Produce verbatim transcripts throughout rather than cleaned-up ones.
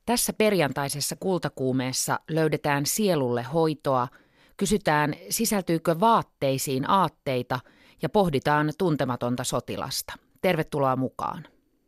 Tässä perjantaisessa kultakuumeessa löydetään sielulle hoitoa, kysytään sisältyykö vaatteisiin aatteita ja pohditaan tuntematonta sotilasta. Tervetuloa mukaan.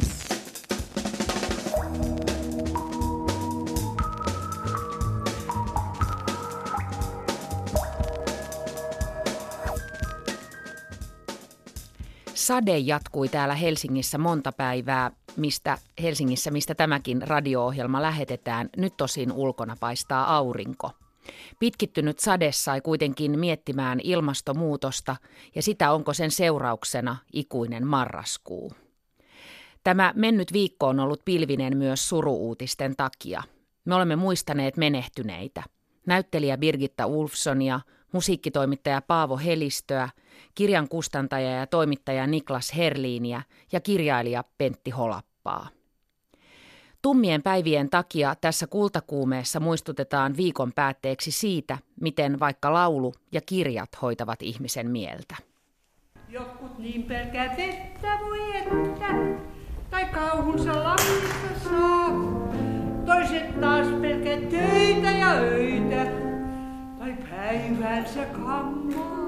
Sade jatkui täällä Helsingissä monta päivää, mistä Helsingissä, mistä tämäkin radio-ohjelma lähetetään. Nyt tosin ulkona paistaa aurinko. Pitkittynyt sade sai kuitenkin miettimään ilmastonmuutosta ja sitä, onko sen seurauksena ikuinen marraskuu. Tämä mennyt viikko on ollut pilvinen myös suru-uutisten takia. Me olemme muistaneet menehtyneitä. Näyttelijä Birgitta Ulfssonia, musiikkitoimittaja Paavo Helistöä, kirjan kustantaja ja toimittaja Niklas Herliniä ja kirjailija Pentti Holappaa. Tummien päivien takia tässä kultakuumeessa muistutetaan viikon päätteeksi siitä, miten vaikka laulu ja kirjat hoitavat ihmisen mieltä. Jotkut niin pelkää vettä voi että, tai kauhunsa lamista saa. Toiset taas pelkää töitä ja öitä, tai päivänsä kammaa.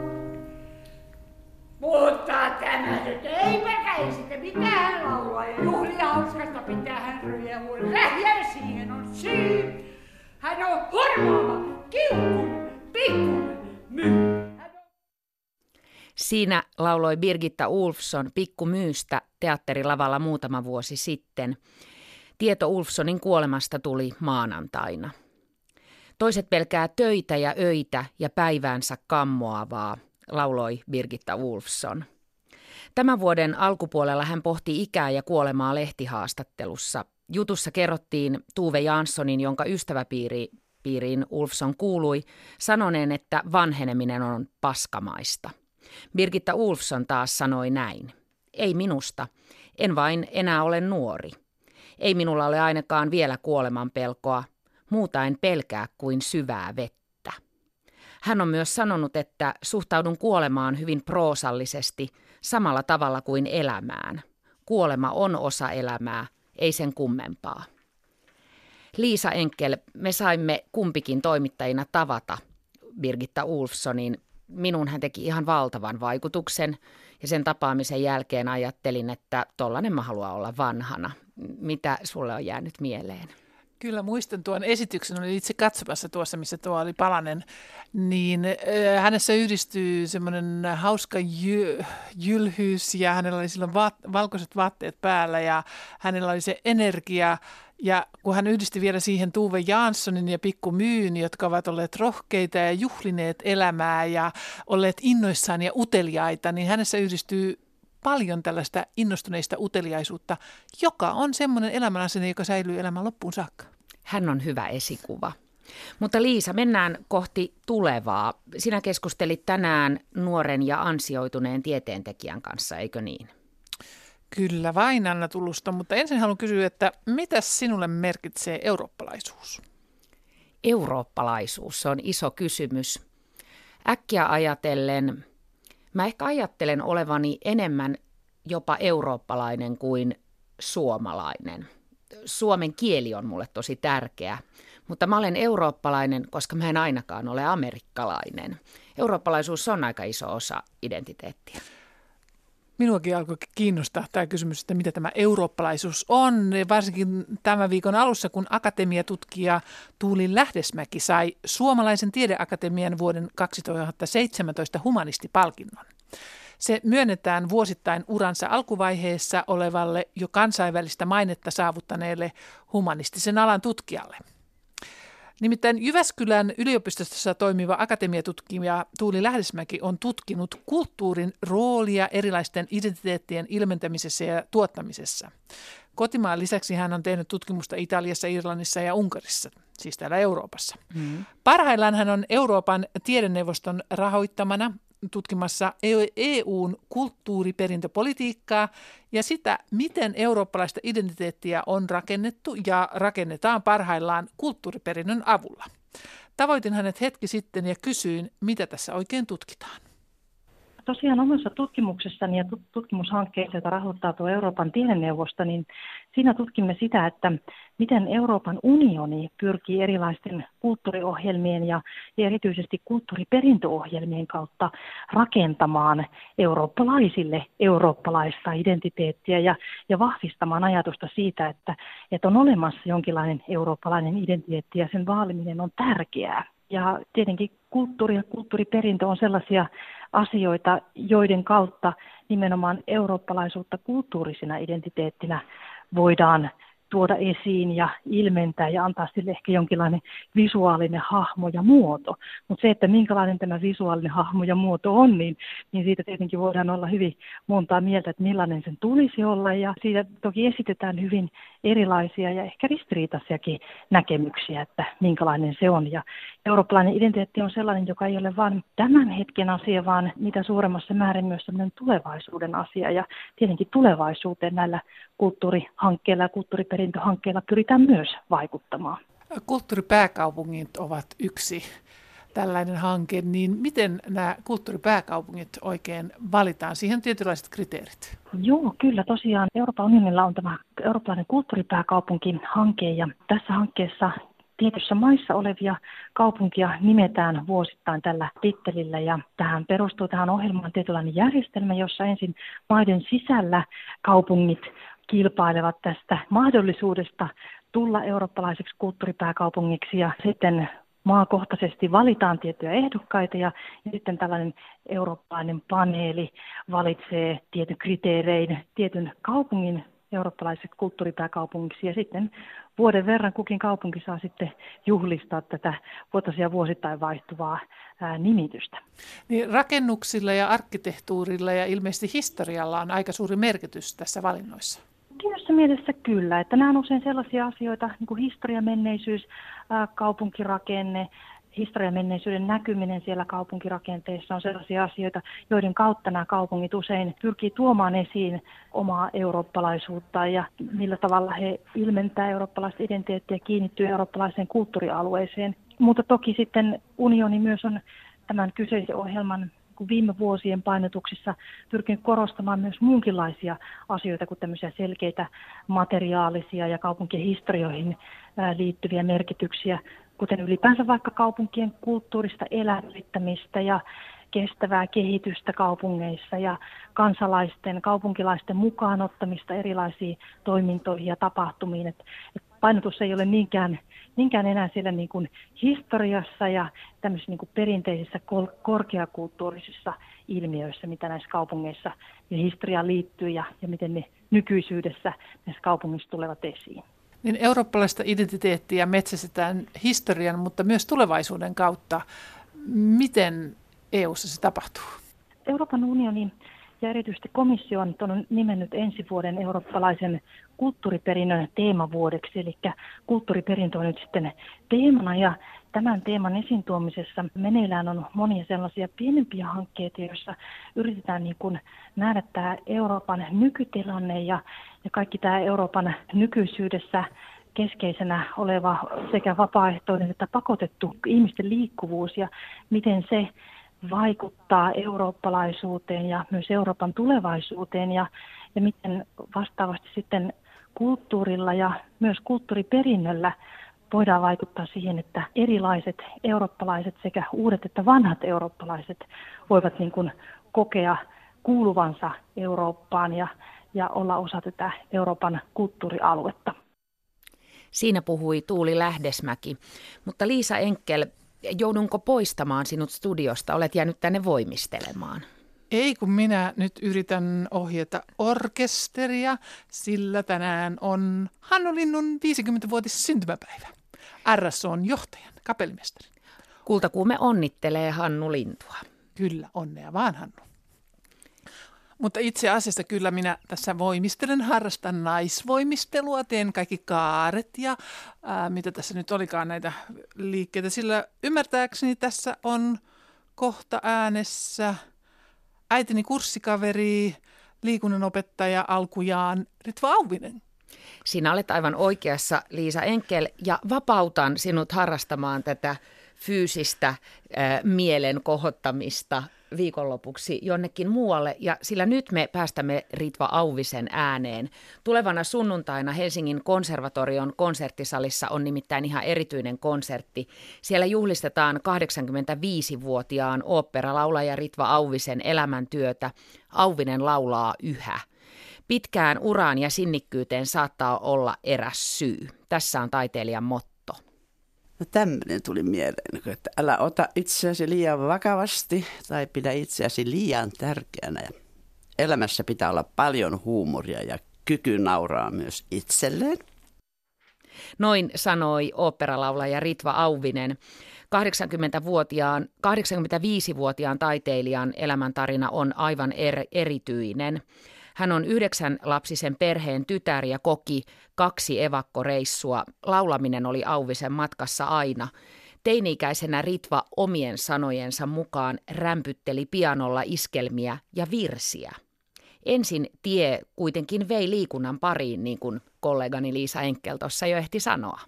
Mutta tämä nyt ei pelkää sitten mitään laulua ja juhlia hauskasta pitää hän ryöhuudessa. Ja siihen on syy. Hän on hurmaava, kiukkunen, pikkunen, myy. Siinä lauloi Birgitta Ulfsson Pikkumyystä teatterilavalla muutama vuosi sitten. Tieto Ulfssonin kuolemasta tuli maanantaina. Toiset pelkää töitä ja öitä ja päiväänsä kammoavaa, lauloi Birgitta Ulfsson. Tämän vuoden alkupuolella hän pohti ikää ja kuolemaa lehtihaastattelussa. Jutussa kerrottiin Tuve Janssonin, jonka ystäväpiiriin Ulfsson kuului, sanoneen, että vanheneminen on paskamaista. Birgitta Ulfsson taas sanoi näin. Ei minusta, en vain enää ole nuori. Ei minulla ole ainakaan vielä kuoleman pelkoa, muuta en pelkää kuin syvää vettä. Hän on myös sanonut, että suhtaudun kuolemaan hyvin proosallisesti, samalla tavalla kuin elämään. Kuolema on osa elämää, ei sen kummempaa. Liisa Enkel, me saimme kumpikin toimittajina tavata Birgitta Ulfssonin. Minun hän teki ihan valtavan vaikutuksen ja sen tapaamisen jälkeen ajattelin, että tollainen mä haluan olla vanhana. Mitä sulle on jäänyt mieleen? Kyllä muistan tuon esityksen, olin itse katsomassa tuossa, missä tuo oli palanen, niin äh, hänessä yhdistyy semmoinen hauska jy, jylhyys ja hänellä oli silloin vaat, valkoiset vaatteet päällä ja hänellä oli se energia ja kun hän yhdisti vielä siihen Tuve Janssonin ja Pikkumyyn, jotka ovat olleet rohkeita ja juhlineet elämää ja olleet innoissaan ja uteliaita, niin hänessä yhdistyy paljon tällaista innostuneista uteliaisuutta, joka on semmoinen elämänasenne, joka säilyy elämän loppuun saakka. Hän on hyvä esikuva. Mutta Liisa, mennään kohti tulevaa. Sinä keskustelit tänään nuoren ja ansioituneen tieteentekijän kanssa, eikö niin? Kyllä vain, Anna Tulusta, mutta ensin haluan kysyä, että mitä sinulle merkitsee eurooppalaisuus? Eurooppalaisuus, se on iso kysymys. Äkkiä ajatellen, mä ehkä ajattelen olevani enemmän jopa eurooppalainen kuin suomalainen. Suomen kieli on mulle tosi tärkeä, mutta mä olen eurooppalainen, koska mä en ainakaan ole amerikkalainen. Eurooppalaisuus on aika iso osa identiteettiä. Minuakin alkoi kiinnostaa tämä kysymys, että mitä tämä eurooppalaisuus on, varsinkin tämän viikon alussa, kun akatemiatutkija Tuuli Lähdesmäki sai Suomalaisen tiedeakatemian vuoden kaksituhattaseitsemäntoista humanistipalkinnon. Se myönnetään vuosittain uransa alkuvaiheessa olevalle jo kansainvälistä mainetta saavuttaneelle humanistisen alan tutkijalle. Nimittäin Jyväskylän yliopistossa toimiva akatemiatutkija Tuuli Lähdesmäki on tutkinut kulttuurin roolia erilaisten identiteettien ilmentämisessä ja tuottamisessa. Kotimaan lisäksi hän on tehnyt tutkimusta Italiassa, Irlannissa ja Unkarissa, siis täällä Euroopassa. Mm. Parhaillaan hän on Euroopan tiedeneuvoston rahoittamana tutkimassa E U:n kulttuuriperintöpolitiikkaa ja sitä, miten eurooppalaista identiteettiä on rakennettu ja rakennetaan parhaillaan kulttuuriperinnön avulla. Tavoitin hänet hetki sitten ja kysyin, mitä tässä oikein tutkitaan. Tosiaan omassa tutkimuksessani ja tutkimushankkeessa, jota rahoittaa tuo Euroopan tiedeneuvosto, niin siinä tutkimme sitä, että miten Euroopan unioni pyrkii erilaisten kulttuuriohjelmien ja erityisesti kulttuuriperintöohjelmien kautta rakentamaan eurooppalaisille eurooppalaista identiteettiä ja, ja vahvistamaan ajatusta siitä, että, että on olemassa jonkinlainen eurooppalainen identiteetti ja sen vaaliminen on tärkeää. Ja tietenkin kulttuuri ja kulttuuriperintö on sellaisia asioita, joiden kautta nimenomaan eurooppalaisuutta kulttuurisena identiteettinä voidaan tuoda esiin ja ilmentää ja antaa sille ehkä jonkinlainen visuaalinen hahmo ja muoto. Mutta se, että minkälainen tämä visuaalinen hahmo ja muoto on, niin, niin siitä tietenkin voidaan olla hyvin montaa mieltä, että millainen sen tulisi olla. Ja siitä toki esitetään hyvin erilaisia ja ehkä ristiriitaisiakin näkemyksiä, että minkälainen se on. Ja eurooppalainen identiteetti on sellainen, joka ei ole vain tämän hetken asia, vaan mitä suuremmassa määrin myös sellainen tulevaisuuden asia. Ja tietenkin tulevaisuuteen näillä kulttuurihankkeilla ja kulttuuriperintöhankkeilla pyritään myös vaikuttamaan. Kulttuuripääkaupungit ovat yksi tällainen hanke, niin miten nämä kulttuuripääkaupungit oikein valitaan? Siihen on tietynlaiset kriteerit. Joo, kyllä tosiaan Euroopan unionilla on tämä eurooppalainen kulttuuripääkaupunkihanke ja tässä hankkeessa tietyissä maissa olevia kaupunkia nimetään vuosittain tällä tittelillä ja tähän perustuu tähän ohjelmaan tietynlainen järjestelmä, jossa ensin maiden sisällä kaupungit kilpailevat tästä mahdollisuudesta tulla eurooppalaiseksi kulttuuripääkaupungiksi ja sitten maakohtaisesti valitaan tiettyjä ehdokkaita ja, ja sitten tällainen eurooppalainen paneeli valitsee tietyn kriteerein tietyn kaupungin eurooppalaiseksi kulttuuripääkaupungiksi ja sitten vuoden verran kukin kaupunki saa sitten juhlistaa tätä vuotosia vuosittain vaihtuvaa ää, nimitystä. Niin rakennuksilla ja arkkitehtuurilla ja ilmeisesti historialla on aika suuri merkitys tässä valinnoissa. Tietyssä mielessä kyllä, että nämä on usein sellaisia asioita, niin kuin historia, menneisyys, ää, kaupunkirakenne, historian menneisyyden näkyminen siellä kaupunkirakenteessa on sellaisia asioita, joiden kautta nämä kaupungit usein pyrkii tuomaan esiin omaa eurooppalaisuuttaan ja millä tavalla he ilmentää eurooppalaista identiteettiä ja kiinnittyy eurooppalaiseen kulttuurialueeseen. Mutta toki sitten unioni myös on tämän kyseisen ohjelman viime vuosien painotuksissa pyrkinyt korostamaan myös muunkinlaisia asioita kuin tämmöisiä selkeitä materiaalisia ja kaupunkien historioihin liittyviä merkityksiä, kuten ylipäänsä vaikka kaupunkien kulttuurista elävyttämistä ja kestävää kehitystä kaupungeissa ja kansalaisten, kaupunkilaisten mukaan ottamista erilaisiin toimintoihin ja tapahtumiin. Et, et painotus ei ole niinkään, niinkään enää siellä niin kuin historiassa ja tämmöisissä niin kuin perinteisissä kol- korkeakulttuurisissa ilmiöissä, mitä näissä kaupungeissa ja historiaan liittyy ja, ja miten ne nykyisyydessä näissä kaupungissa tulevat esiin. Niin eurooppalaista identiteettiä metsästetään historian, mutta myös tulevaisuuden kautta. Miten E U:ssa se tapahtuu? Euroopan unioni ja erityisesti komissio on nimennyt ensi vuoden eurooppalaisen kulttuuriperinnön teemavuodeksi, eli kulttuuriperintö on nyt sitten teemana ja tämän teeman esiin tuomisessa meneillään on monia sellaisia pienempiä hankkeita, joissa yritetään niin kuin nähdä tämä Euroopan nykytilanne ja, ja kaikki tämä Euroopan nykyisyydessä keskeisenä oleva sekä vapaaehtoinen että pakotettu ihmisten liikkuvuus ja miten se vaikuttaa eurooppalaisuuteen ja myös Euroopan tulevaisuuteen ja, ja miten vastaavasti sitten kulttuurilla ja myös kulttuuriperinnöllä voidaan vaikuttaa siihen, että erilaiset eurooppalaiset sekä uudet että vanhat eurooppalaiset voivat niin kuin kokea kuuluvansa Eurooppaan ja, ja olla osa tätä Euroopan kulttuurialuetta. Siinä puhui Tuuli Lähdesmäki, mutta Liisa Enkel, joudunko poistamaan sinut studiosta? Olet jäänyt tänne voimistelemaan. Ei, kun minä nyt yritän ohjata orkesteria, sillä tänään on Hannu Linnun viisikymmenvuotis syntymäpäivä. R S O:n johtajan, kapellimestarin. Kultakuume onnittelee Hannu Lintua. Kyllä, onnea vaan Hannu. Mutta itse asiassa kyllä minä tässä voimistelen, harrastan naisvoimistelua, teen kaikki kaaret ja ää, mitä tässä nyt olikaan näitä liikkeitä. Sillä ymmärtääkseni tässä on kohta äänessä äitini kurssikaveri, liikunnanopettaja alkujaan Ritva Auvinen. Sinä olet aivan oikeassa, Liisa Enkel, ja vapautan sinut harrastamaan tätä fyysistä äh, mielen kohottamista viikonlopuksi jonnekin muualle, ja sillä nyt me päästämme Ritva Auvisen ääneen. Tulevana sunnuntaina Helsingin konservatorion konserttisalissa on nimittäin ihan erityinen konsertti. Siellä juhlistetaan kahdeksankymmentäviisivuotiaan oopperalaulaja Ritva Auvisen elämäntyötä. Auvinen laulaa yhä. Pitkään uraan ja sinnikkyyteen saattaa olla eräs syy. Tässä on taiteilijan motto. No tämmöinen tuli mieleen, että älä ota itseäsi liian vakavasti tai pidä itseäsi liian tärkeänä. Elämässä pitää olla paljon huumoria ja kyky nauraa myös itselleen. Noin sanoi oopperalaulaja Ritva Auvinen. kahdeksankymmentävuotiaan, kahdeksankymmentäviisivuotiaan taiteilijan elämäntarina on aivan er, erityinen. Hän on yhdeksän lapsisen perheen tytär ja koki kaksi evakkoreissua. Laulaminen oli Auvisen matkassa aina. Teini-ikäisenä Ritva omien sanojensa mukaan rämpytteli pianolla iskelmiä ja virsiä. Ensin tie kuitenkin vei liikunnan pariin, niin kuin kollegani Liisa Enkel tuossa jo ehti sanoa.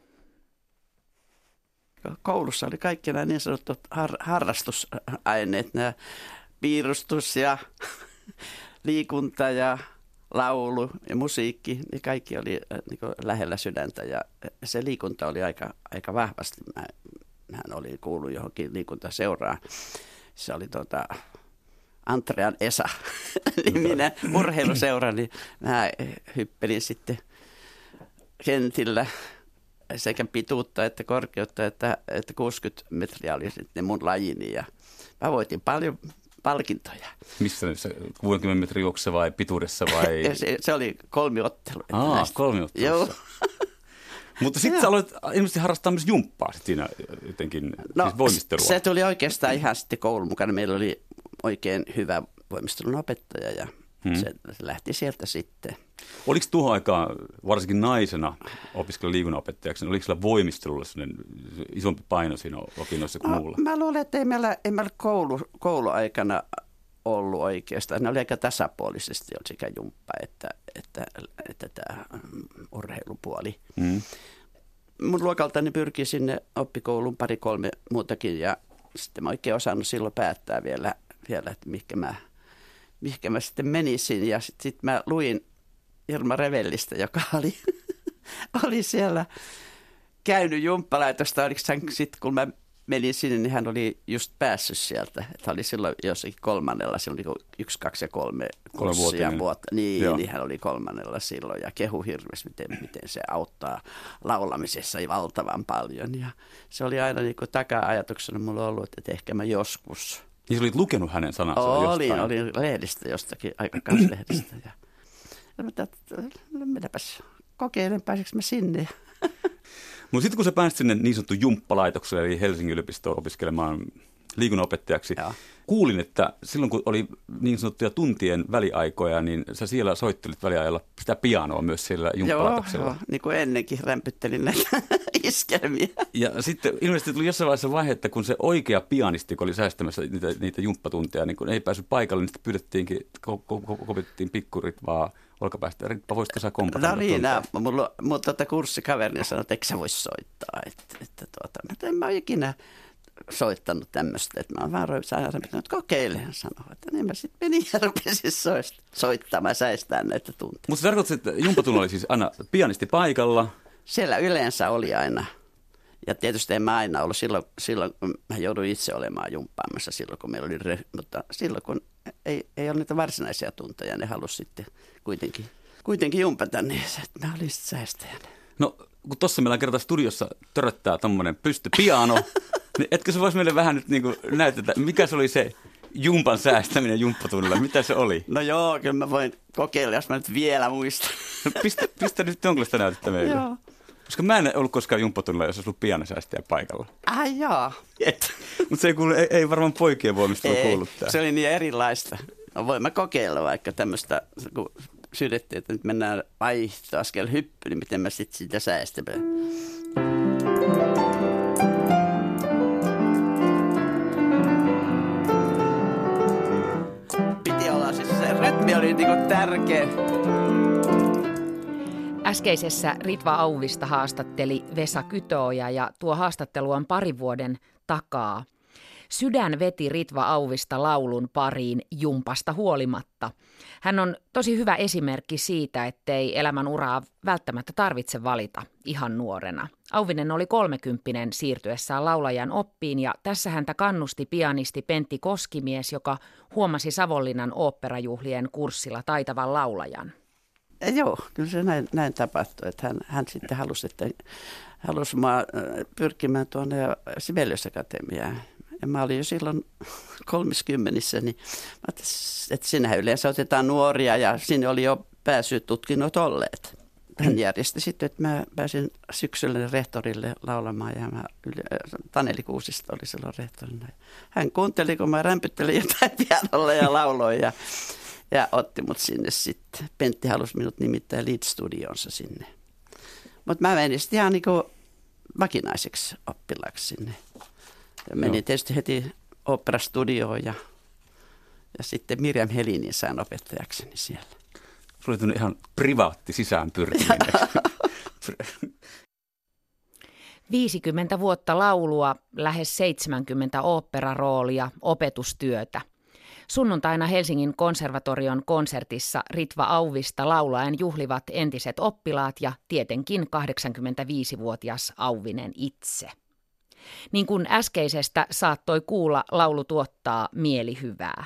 Koulussa oli kaikki nämä niin sanotut har- harrastusaineet, nämä piirustus ja liikunta ja laulu ja musiikki, niin kaikki oli niin kuin lähellä sydäntä ja se liikunta oli aika, aika vahvasti. Mä, hän oli kuullut johonkin liikuntaseuraan. Se oli tuota, Antrean Esa niminen urheiluseura, niin mä hyppelin sitten kentillä sekä pituutta että korkeutta, että, että kuusikymmentä metriä oli sitten mun lajini ja mä voitin paljon palkintoja. Missä se kuusikymmentä metrin juoksussa vai pituudessa vai? se, se oli kolmiottelu. Aa, kolmiottelussa. Mutta sitten sä aloit ilmeisesti harrastaa myös jumppaa siinä jotenkin, no, siis voimistelua. Se tuli oikeastaan ihan sitten koulun mukana. Meillä oli oikein hyvä voimistelun opettaja ja hmm. se, se lähti sieltä sitten. Oliko tuohon aikaan, varsinkin naisena opiskella liikunnanopettajaksi, oliko sillä voimistelulla isompi paino siinä opinnoissa kuin no, muulla? Mä luulen, että ei meillä, ei meillä koulu, kouluaikana ollut oikeastaan. Ne oli aika tasapuolisesti sekä jumppa että, että, että tämä urheilupuoli. Hmm. Mun luokaltani pyrki sinne oppikouluun pari kolme muutakin ja sitten mä oikein osannut silloin päättää vielä, vielä että mihinkä mä, mihinkä mä sitten menisin. Ja sitten sit mä luin Irma Revellistä, joka oli, oli siellä käynyt jumppalaitosta. Oliko hän sitten, kun mä menin sinne, niin hän oli just päässyt sieltä. Että oli silloin jossakin kolmannella, silloin yksi, kaksi ja kolme kurssia vuotta. Niin, niin hän oli kolmannella silloin ja kehu hirveästi, miten, miten se auttaa laulamisessa valtavan paljon. Ja se oli aina niin kuin taka-ajatuksena mulla ollut, että ehkä mä joskus. Niin sä olit lukenut hänen sanansa olin, jostain? Olin lehdistä jostakin, aikakauslehdistä. Ja no mitäpäs kokeilen, pääseekö mä sinne. Mutta sitten kun sä pääsit sinne niin sanottu jumppalaitokselle, eli Helsingin yliopistoon opiskelemaan liikunnanopettajaksi, ja kuulin, että silloin kun oli niin sanottuja tuntien väliaikoja, niin sä siellä soittelit väliajalla sitä pianoa myös siellä jumppalaitoksella. Joo, joo, niin kuin ennenkin rämpyttelin näitä iskelmiä. Ja sitten ilmeisesti tuli jossain vaiheessa vaihe, että kun se oikea pianisti, kun oli säästämässä niitä, niitä jumppatunteja, niin kun ei päässyt paikalle, niin sitten pyydettiinkin, kopitettiin pikkuritvaa olkapäästä. Ritva, voisitko sä kompata? No niin, nää, mulla, mun tuota kurssikaverini sanoi, että eikö sä vois soittaa. Että, että tuota, mä en mä ole ikinä soittanut tämmöistä, että mä oon vaan pitänyt kokeile. Hän sanoi, että niin mä sitten menin ja rupesin soittamaan, säistään näitä tunteja. Mutta se tarkoittaa, että jumpatunnilla oli siis aina pianisti paikalla. Siellä yleensä oli aina. Ja tietysti en mä aina ollut silloin, silloin kun mä jouduin itse olemaan jumppaamassa silloin, kun meillä oli ryhmä. Mutta silloin, kun ei, ei ole niitä varsinaisia tunteja, ne halusi sitten kuitenkin, kuitenkin jumpata, niin että mä olin sitten säästäjänä. No, kun tuossa meillä kertaa studiossa töröttää tommonen pystypiano, niin etkö se voisi meille vähän nyt niin kuin näyttää, mikä se oli se jumpan säästäminen jumppatunnilla? Mitä se oli? No joo, kyllä mä voin kokeilla, jos mä nyt vielä muistan. No pistä, pistä nyt jonkinlaista näytettä meille. Joo. Koska mä en ollut koskaan jumppatunnilla, jos olisi ollut pianosäästäjä paikalla. Ai joo. Mutta se ei, kuulu, ei, ei varmaan poikien voimistelu kuulu tää. Se oli niin erilaista. No voin mä kokeilla vaikka tämmöistä, kun syydettiin, että nyt mennään vaihtoaskel hyppy, niin miten mä sitten sitä säästämään. Piti olla siis se rytmi oli niinku tärkeä. Äskeisessä Ritva Auvista haastatteli Vesa Kytöoja ja tuo haastattelu on pari vuoden takaa. Sydän veti Ritva Auvista laulun pariin jumpasta huolimatta. Hän on tosi hyvä esimerkki siitä, ettei elämän uraa välttämättä tarvitse valita ihan nuorena. Auvinen oli kolmekymppinen siirtyessään laulajan oppiin ja tässä häntä kannusti pianisti Pentti Koskimies, joka huomasi Savonlinnan oopperajuhlien kurssilla taitavan laulajan. Ja joo, kyllä se näin, näin tapahtui, että hän, hän sitten halusi, että halusi mä pyrkimään tuonne Sibelius Akatemiaan. Ja mä olin jo silloin kolmiskymmenessä, niin mä ajattelin, että sinähän yleensä otetaan nuoria ja sinne oli jo pääsytutkinnot olleet. Hän järjesti sitten, että mä pääsin syksyllä rehtorille laulamaan ja mä, Taneli Kuusista oli silloin rehtorina. Hän kuunteli, kun mä rämpyttelin jotain pianolla ja lauloin ja, ja otti mut sinne sitten. Pentti halusi minut nimittäin Lead-studionsa sinne. Mutta mä menin sitten ihan niin kuin vakinaiseksi oppilaaksi sinne. Ja menin Joo. tietysti heti oopperastudioon ja, ja sitten Mirjam Helinin sain opettajakseni siellä. Sulla oli ihan privaatti sisään pyrkiminen. viisikymmentä vuotta laulua, lähes seitsemänkymmentä oopperaroolia, opetustyötä. Sunnuntaina Helsingin konservatorion konsertissa Ritva Auvista laulaen juhlivat entiset oppilaat ja tietenkin kahdeksankymmentäviisivuotias Auvinen itse. Niin kuin äskeisestä saattoi kuulla, laulu tuottaa mielihyvää.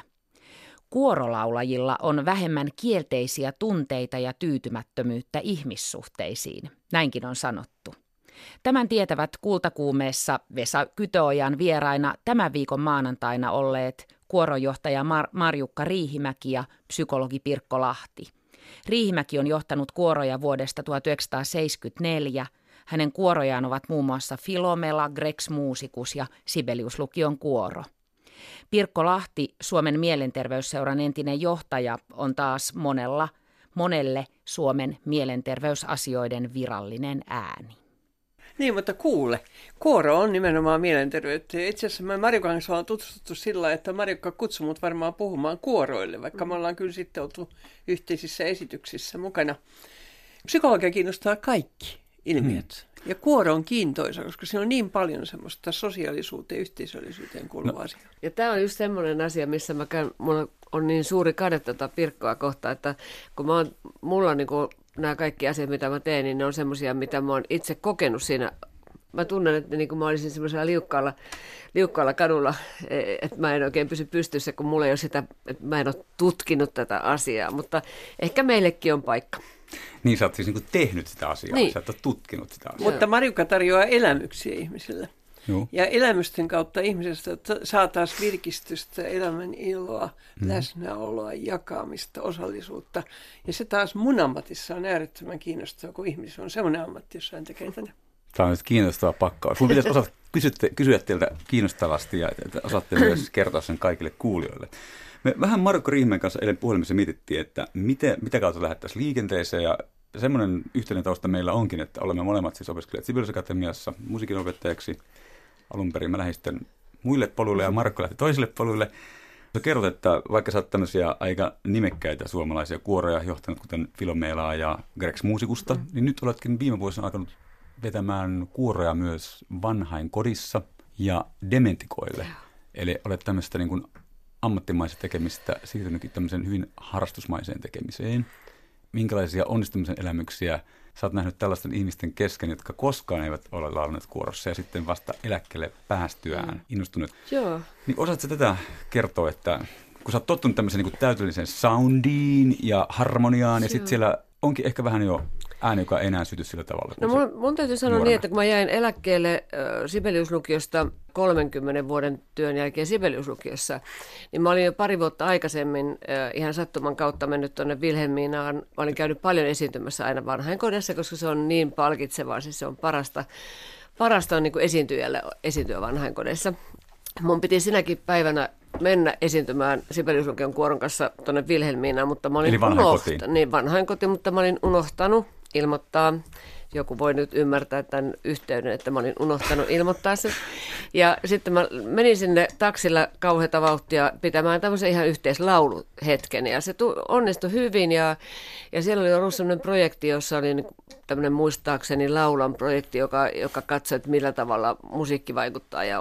Kuorolaulajilla on vähemmän kielteisiä tunteita ja tyytymättömyyttä ihmissuhteisiin. Näinkin on sanottu. Tämän tietävät Kultakuumeessa Vesa Kytöojan vieraina tämän viikon maanantaina olleet kuoronjohtaja Mar- Marjukka Riihimäki ja psykologi Pirkko Lahti. Riihimäki on johtanut kuoroja vuodesta tuhatyhdeksänsataaseitsemänkymmentäneljä. Hänen kuorojaan ovat muun muassa Filomela, Grex Musicus ja Sibelius Lukion kuoro. Pirkko Lahti, Suomen mielenterveysseuran entinen johtaja, on taas monella, monelle Suomen mielenterveysasioiden virallinen ääni. Niin, mutta kuule, kuoro on nimenomaan mielenterveyttä. Itse asiassa me Marjukan kanssa on tutustuttu sillä, että Marjukka kutsui mut varmaan puhumaan kuoroille, vaikka me ollaan kyllä sitten oltu yhteisissä esityksissä mukana. Psykologia kiinnostaa kaikki ilmiöt. Hmm. Ja kuoro on kiintoisa, koska siinä on niin paljon semmoista sosiaalisuuteen, yhteisöllisyyteen kuuluvaa no. asiaa. Ja tämä on just semmoinen asia, missä mä käyn, mulla on niin suuri kade tätä Pirkkoa kohtaan, että kun mä oon, mulla on niin kuin nämä kaikki asiat, mitä mä teen, niin ne on semmoisia, mitä mä oon itse kokenut siinä. Mä tunnen, että niin kuin mä olisin semmoisella liukkaalla, liukkaalla kadulla, että mä en oikein pysy pystyssä, kun mulla ei ole sitä, että mä en ole tutkinut tätä asiaa, mutta ehkä meillekin on paikka. Niin, sä oot siis niin tehnyt sitä asiaa, niin. Sä et ole tutkinut sitä asiaa. Mutta Marjukka tarjoaa elämyksiä ihmisille. Joo. Ja elämysten kautta ihmisestä saa taas virkistystä, elämän iloa, mm. läsnäoloa, jakamista, osallisuutta. Ja se taas mun ammatissa on äärettömän kiinnostavaa, kun ihmisessä on semmoinen ammatti, jossa hän tekee tätä. Tämä on nyt kiinnostava pakkaus. Mun pitäisi osata kysyä, kysyä teiltä kiinnostavasti ja että osaatte myös kertoa sen kaikille kuulijoille. Me vähän Marko Riihimäen kanssa eilen puhelimessa mietittiin, että miten, mitä kautta lähdettäisiin liikenteeseen ja semmoinen yhteinen tausta meillä onkin, että olemme molemmat siis opiskelijat Sibelius Akatemiassa musiikin opettajaksi. Alun perin mä lähdin sitten muille poluille ja Markko lähti toisille poluille. Sä kerrot, että vaikka sä oot tämmöisiä aika nimekkäitä suomalaisia kuoroja johtanut, kuten Filomelaa ja Grex Musicusta, mm. niin nyt oletkin viime vuosina alkanut vetämään kuoroja myös vanhainkodissa ja dementikoille. Yeah. Eli olet tämmöistä niin kuin ammattimaisesta tekemistä siirtynytkin tämmöiseen hyvin harrastusmaiseen tekemiseen. Minkälaisia onnistumisen elämyksiä sä oot nähnyt tällaisten ihmisten kesken, jotka koskaan eivät ole laulanneet kuorossa ja sitten vasta eläkkeelle päästyään innostuneet? Joo. Niin osaatko tätä kertoa, että kun sä oot tottunut tämmöiseen niin kuin täydelliseen soundiin ja harmoniaan ja sitten siellä onkin ehkä vähän jo ääni, joka ei enää syty sillä tavalla. No mun, mun täytyy sanoa nuorena. Niin, että kun mä jäin eläkkeelle äh, Sibelius-lukiosta kolmenkymmenen vuoden työn jälkeen Sibelius-lukiossa, niin mä olin jo pari vuotta aikaisemmin äh, ihan sattuman kautta mennyt tuonne Vilhelminaan. Mä olin käynyt paljon esiintymässä aina vanhainkodissa, koska se on niin palkitsevaa, siis se on parasta, parasta on niin kuin esiintyjälle esiintyä vanhainkodeissa. Mun piti sinäkin päivänä mennä esiintymään Sibelius-lukion kuoron kanssa tuonne Vilhelminaan, mutta mä olin Eli vanhainkotiin. Unohta- niin, vanhainkoti, mutta mä olin unohtanut ilmoittaa. Joku voi nyt ymmärtää tämän yhteyden, että mä olin unohtanut ilmoittaa sen. Ja sitten mä menin sinne taksilla kauheata vauhtia pitämään tämmöisen ihan yhteislauluhetken. Ja se tu- onnistui hyvin. Ja, ja siellä oli ollut sellainen projekti, jossa oli tämmöinen muistaakseni Laulan projekti, joka, joka katsoi, että millä tavalla musiikki vaikuttaa ja onko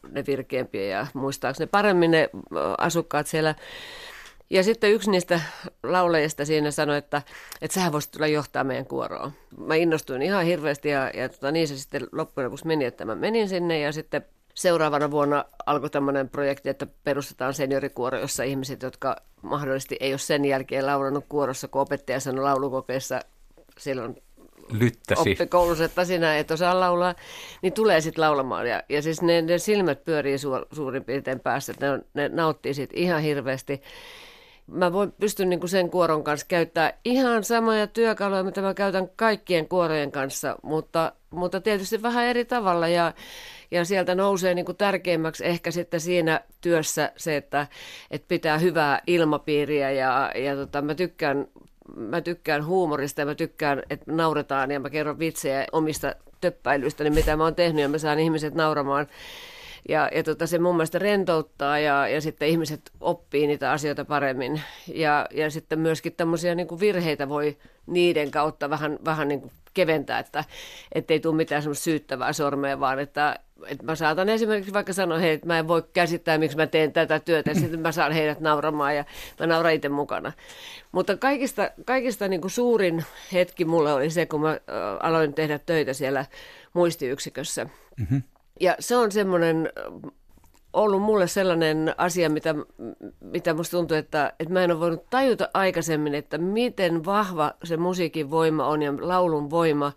ne virkeämpiä ja muistaako ne paremmin ne asukkaat siellä. Ja sitten yksi niistä laulajista siinä sanoi, että, että sähän voisit tulla johtaa meidän kuoroon. Mä innostuin ihan hirveästi ja, ja tota, niin se sitten loppujen lopuksi meni, että mä menin sinne ja sitten seuraavana vuonna alkoi tämmöinen projekti, että perustetaan seniorikuoro, jossa ihmiset, jotka mahdollisesti ei ole sen jälkeen laulanut kuorossa, kun opettaja sanoi laulukokeessa silloin lyttäsi oppikoulussa, että sinä et osaa laulaa, niin tulee sitten laulamaan. Ja, ja siis ne, ne silmät pyörii suor, suurin piirtein päässä, että ne, ne nauttii siitä ihan hirveästi. Mä voin pystyn niin kuin sen kuoron kanssa käyttää ihan samoja työkaluja, mitä mä käytän kaikkien kuorojen kanssa, mutta, mutta tietysti vähän eri tavalla. Ja, ja sieltä nousee niin kuin tärkeimmäksi ehkä sitten siinä työssä se, että, että pitää hyvää ilmapiiriä ja, ja tota, mä tykkään Mä tykkään huumorista ja mä tykkään, että nauretaan ja mä kerron vitsejä omista töppäilyistä, mitä mä oon tehnyt ja mä saan ihmiset nauramaan. Ja, ja tota, se mun mielestä rentouttaa ja, ja sitten ihmiset oppii niitä asioita paremmin. Ja, ja sitten myöskin tämmöisiä niin kuin virheitä voi niiden kautta vähän, vähän niin kuin keventää, että ei tule mitään semmoista syyttävää sormea, vaan että, että mä saatan esimerkiksi vaikka sanoa, hei, että mä en voi käsittää, miksi mä teen tätä työtä, ja sitten mä saan heidät nauramaan ja mä nauran itse mukana. Mutta kaikista, kaikista niin kuin suurin hetki mulle oli se, kun mä aloin tehdä töitä siellä muistiyksikössä. Mm-hmm. Ja se on semmoinen ollut mulle sellainen asia, mitä, mitä musta tuntuu, että, että mä en ole voinut tajuta aikaisemmin, että miten vahva se musiikin voima on ja laulun voima.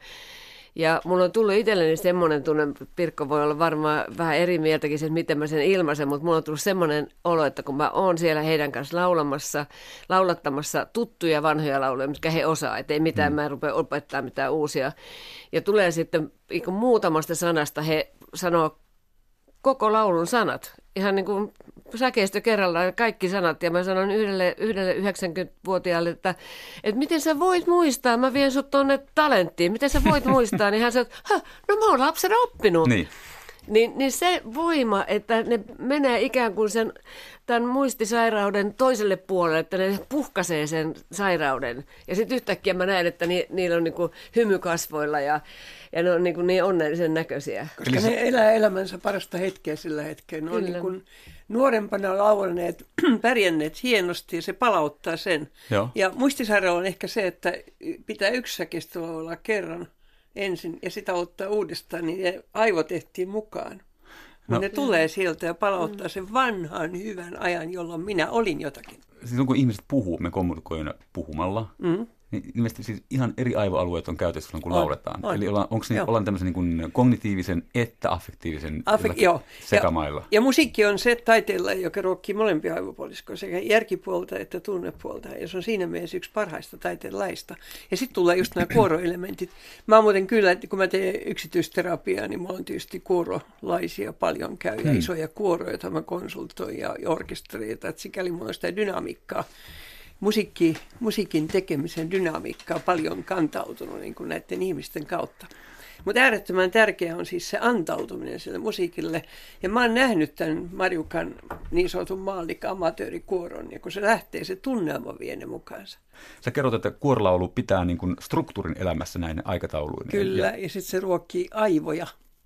Ja mulla on tullut itselleni semmoinen tunne, Pirkko voi olla varmaan vähän eri mieltäkin, että miten mä sen ilmaisen, mutta mulla on tullut semmoinen olo, että kun mä oon siellä heidän kanssa laulamassa, laulattamassa tuttuja vanhoja lauluja, mitkä he osaa, että ei mitään, mm. mä en rupea opettaa mitään uusia. Ja tulee sitten muutamasta sanasta, he sanoo koko laulun sanat, ihan niin kuin säkeistö kerrallaan kaikki sanat. Ja mä sanon yhdelle, yhdelle yhdeksänkymmentävuotiaalle, että, että miten sä voit muistaa, mä vien sut tonne talenttiin, miten sä voit muistaa, niin hän sanoo, että no mä oon lapsena oppinut. Niin. Niin, niin se voima, että ne menee ikään kuin sen tämän muistisairauden toiselle puolelle, että ne puhkaisee sen sairauden. Ja sitten yhtäkkiä mä näen, että ni, niillä on niinku hymy kasvoilla ja, ja ne on niinku niin onnellisen näköisiä. Koska ne elää elämänsä parasta hetkeä sillä hetkellä. Ne on niin kuin nuorempana laulaneet, pärjänneet hienosti ja se palauttaa sen. Joo. Ja muistisairaus on ehkä se, että pitää yksi säkeistö laulaa kerran ensin ja sitä ottaa uudestaan, niin ne aivot ehtii mukaan. No. Ne tulee sieltä ja palauttaa sen vanhan hyvän ajan, jolloin minä olin jotakin. Siis kun ihmiset puhuu, me kommunikoimme puhumalla, mm. niin ilmeisesti siis ihan eri aivoalueet on käytössä silloin, kun on, lauletaan. On. Eli ollaan, onko niin, ollaan tämmöisen niin kuin kognitiivisen että affektiivisen Affek- sekamailla? Ja, ja musiikki on se taiteella, joka ruokkii molempia aivopuoliskoja, sekä järkipuolta että tunnepuolta. Ja se on siinä mielessä yksi parhaista taiteen laista. Ja sitten tulee just nämä kuoroelementit. Mä oon muuten kyllä, että kun mä teen yksityisterapiaa, niin mä oon tietysti kuorolaisia paljon käy. Ja hmm. isoja kuoroja, joita mä konsultoin ja orkestereita. Että sikäli mulla on sitä dynamiikkaa. Musiikki, musiikin tekemisen dynamiikkaa paljon kantautunut niin kuin näiden ihmisten kautta. Mutta äärettömän tärkeää on siis se antautuminen sille musiikille. Ja mä oon nähnyt tämän Marjukan niin sanotun maallikka-amatöörikuoron, ja kun se lähtee, se tunnelma vie ne mukaansa. Sä kerrot, että kuorolaulu pitää niin kuin struktuurin elämässä näin aikatauluinen. Kyllä, ja, ja sitten se ruokkii aivoja,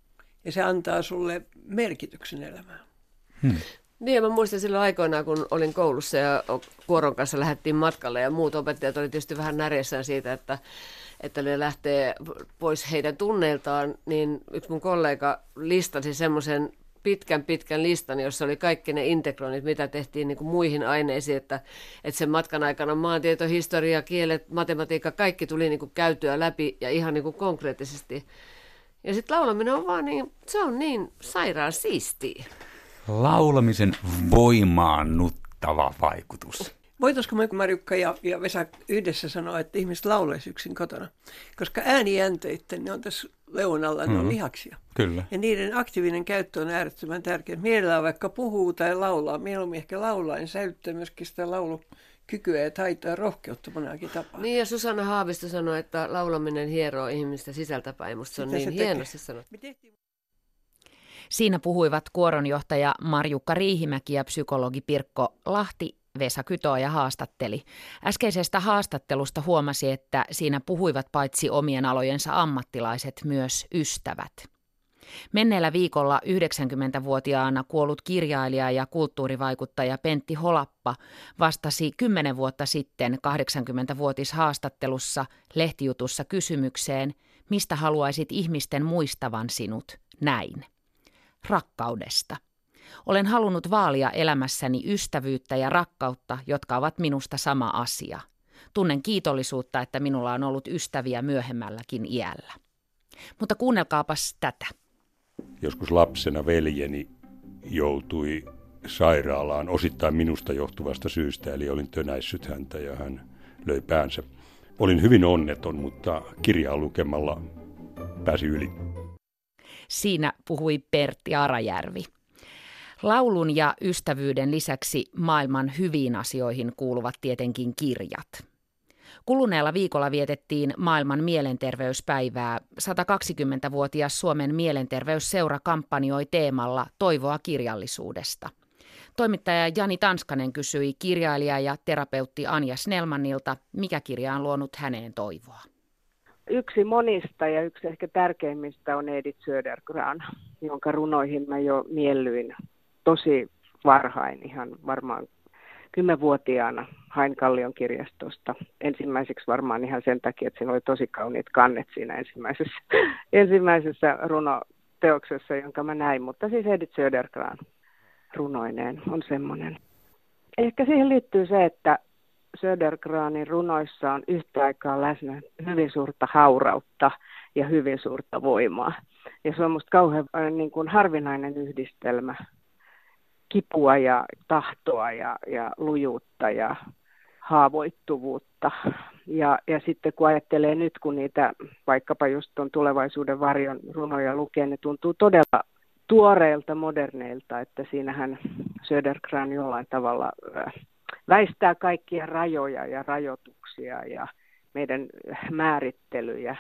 ja se antaa sulle merkityksen elämään. Hmm. Niin, ja mä muistan silloin aikoinaan, kun olin koulussa ja kuoron kanssa lähdettiin matkalle ja muut opettajat oli tietysti vähän närjessään siitä, että, että ne lähtee pois heidän tunneiltaan, niin yksi mun kollega listasi semmoisen pitkän pitkän listan, jossa oli kaikki ne integroinnit, mitä tehtiin niin kuin muihin aineisiin, että, että sen matkan aikana maantieto, historia, kielet, matematiikka, kaikki tuli niin kuin käytyä läpi ja ihan niin kuin konkreettisesti. Ja sitten laulaminen on vaan niin, se on niin sairaan siistiä. Laulamisen voimaannuttava vaikutus. Voitaisiko me, Marjukka ja, ja Vesa yhdessä sanoa, että ihmiset laulaisi yksin kotona? Koska äänijänteiden, ne on tässä leun alla, ne mm-hmm. on lihaksia. Kyllä. Ja niiden aktiivinen käyttö on äärettömän tärkeää. Mielellään vaikka puhuu tai laulaa, mieluummin ehkä laulaa, niin säilyttää myöskin sitä laulukykyä ja taitoa ja rohkeutta monellakin tapaa. Niin, ja Susanna Haavisto sanoi, että laulaminen hieroo ihmistä sisältäpäin. Musta se on Mitä niin se hienosti sanottu. Siinä puhuivat kuoronjohtaja Marjukka Riihimäki ja psykologi Pirkko Lahti. Vesa Kytöoja haastatteli. Äskeisestä haastattelusta huomasi, että siinä puhuivat paitsi omien alojensa ammattilaiset myös ystävät. Menneellä viikolla yhdeksänkymmentävuotiaana kuollut kirjailija ja kulttuurivaikuttaja Pentti Holappa vastasi kymmenen vuotta sitten kahdeksankymmentävuotishaastattelussa lehtijutussa kysymykseen, mistä haluaisit ihmisten muistavan sinut näin. Rakkaudesta. Olen halunnut vaalia elämässäni ystävyyttä ja rakkautta, jotka ovat minusta sama asia. Tunnen kiitollisuutta, että minulla on ollut ystäviä myöhemmälläkin iällä. Mutta kuunnelkaapas tätä. Joskus lapsena veljeni joutui sairaalaan osittain minusta johtuvasta syystä, eli olin tönäissyt häntä ja hän löi päänsä. Olin hyvin onneton, mutta kirjaa lukemalla pääsi yli. Siinä puhui Pertti Arajärvi. Laulun ja ystävyyden lisäksi maailman hyviin asioihin kuuluvat tietenkin kirjat. Kuluneella viikolla vietettiin maailman mielenterveyspäivää. satakaksikymmentävuotias Suomen mielenterveysseura kampanjoi teemalla toivoa kirjallisuudesta. Toimittaja Jani Tanskanen kysyi kirjailija ja terapeutti Anja Snellmanilta, mikä kirja on luonut häneen toivoa. Yksi monista ja yksi ehkä tärkeimmistä on Edith Södergran, jonka runoihin mä jo miellyin tosi varhain, ihan varmaan kymmenvuotiaana hain Kallion kirjastosta. Ensimmäiseksi varmaan ihan sen takia, että siinä oli tosi kauniit kannet siinä ensimmäisessä, ensimmäisessä runoteoksessa, jonka mä näin. Mutta siis Edith Södergran runoineen on semmoinen. Ehkä siihen liittyy se, että Södergranin runoissa on yhtä aikaa läsnä hyvin suurta haurautta ja hyvin suurta voimaa. Ja se on musta kauhean niin kuin harvinainen yhdistelmä. Kipua ja tahtoa ja, ja lujuutta ja haavoittuvuutta. Ja, ja sitten kun ajattelee nyt, kun niitä vaikkapa just tuon Tulevaisuuden varjon runoja lukee, ne tuntuu todella tuoreilta, moderneilta, että siinähän Södergran jollain tavalla väistää kaikkia rajoja ja rajoituksia ja meidän määrittelyjä.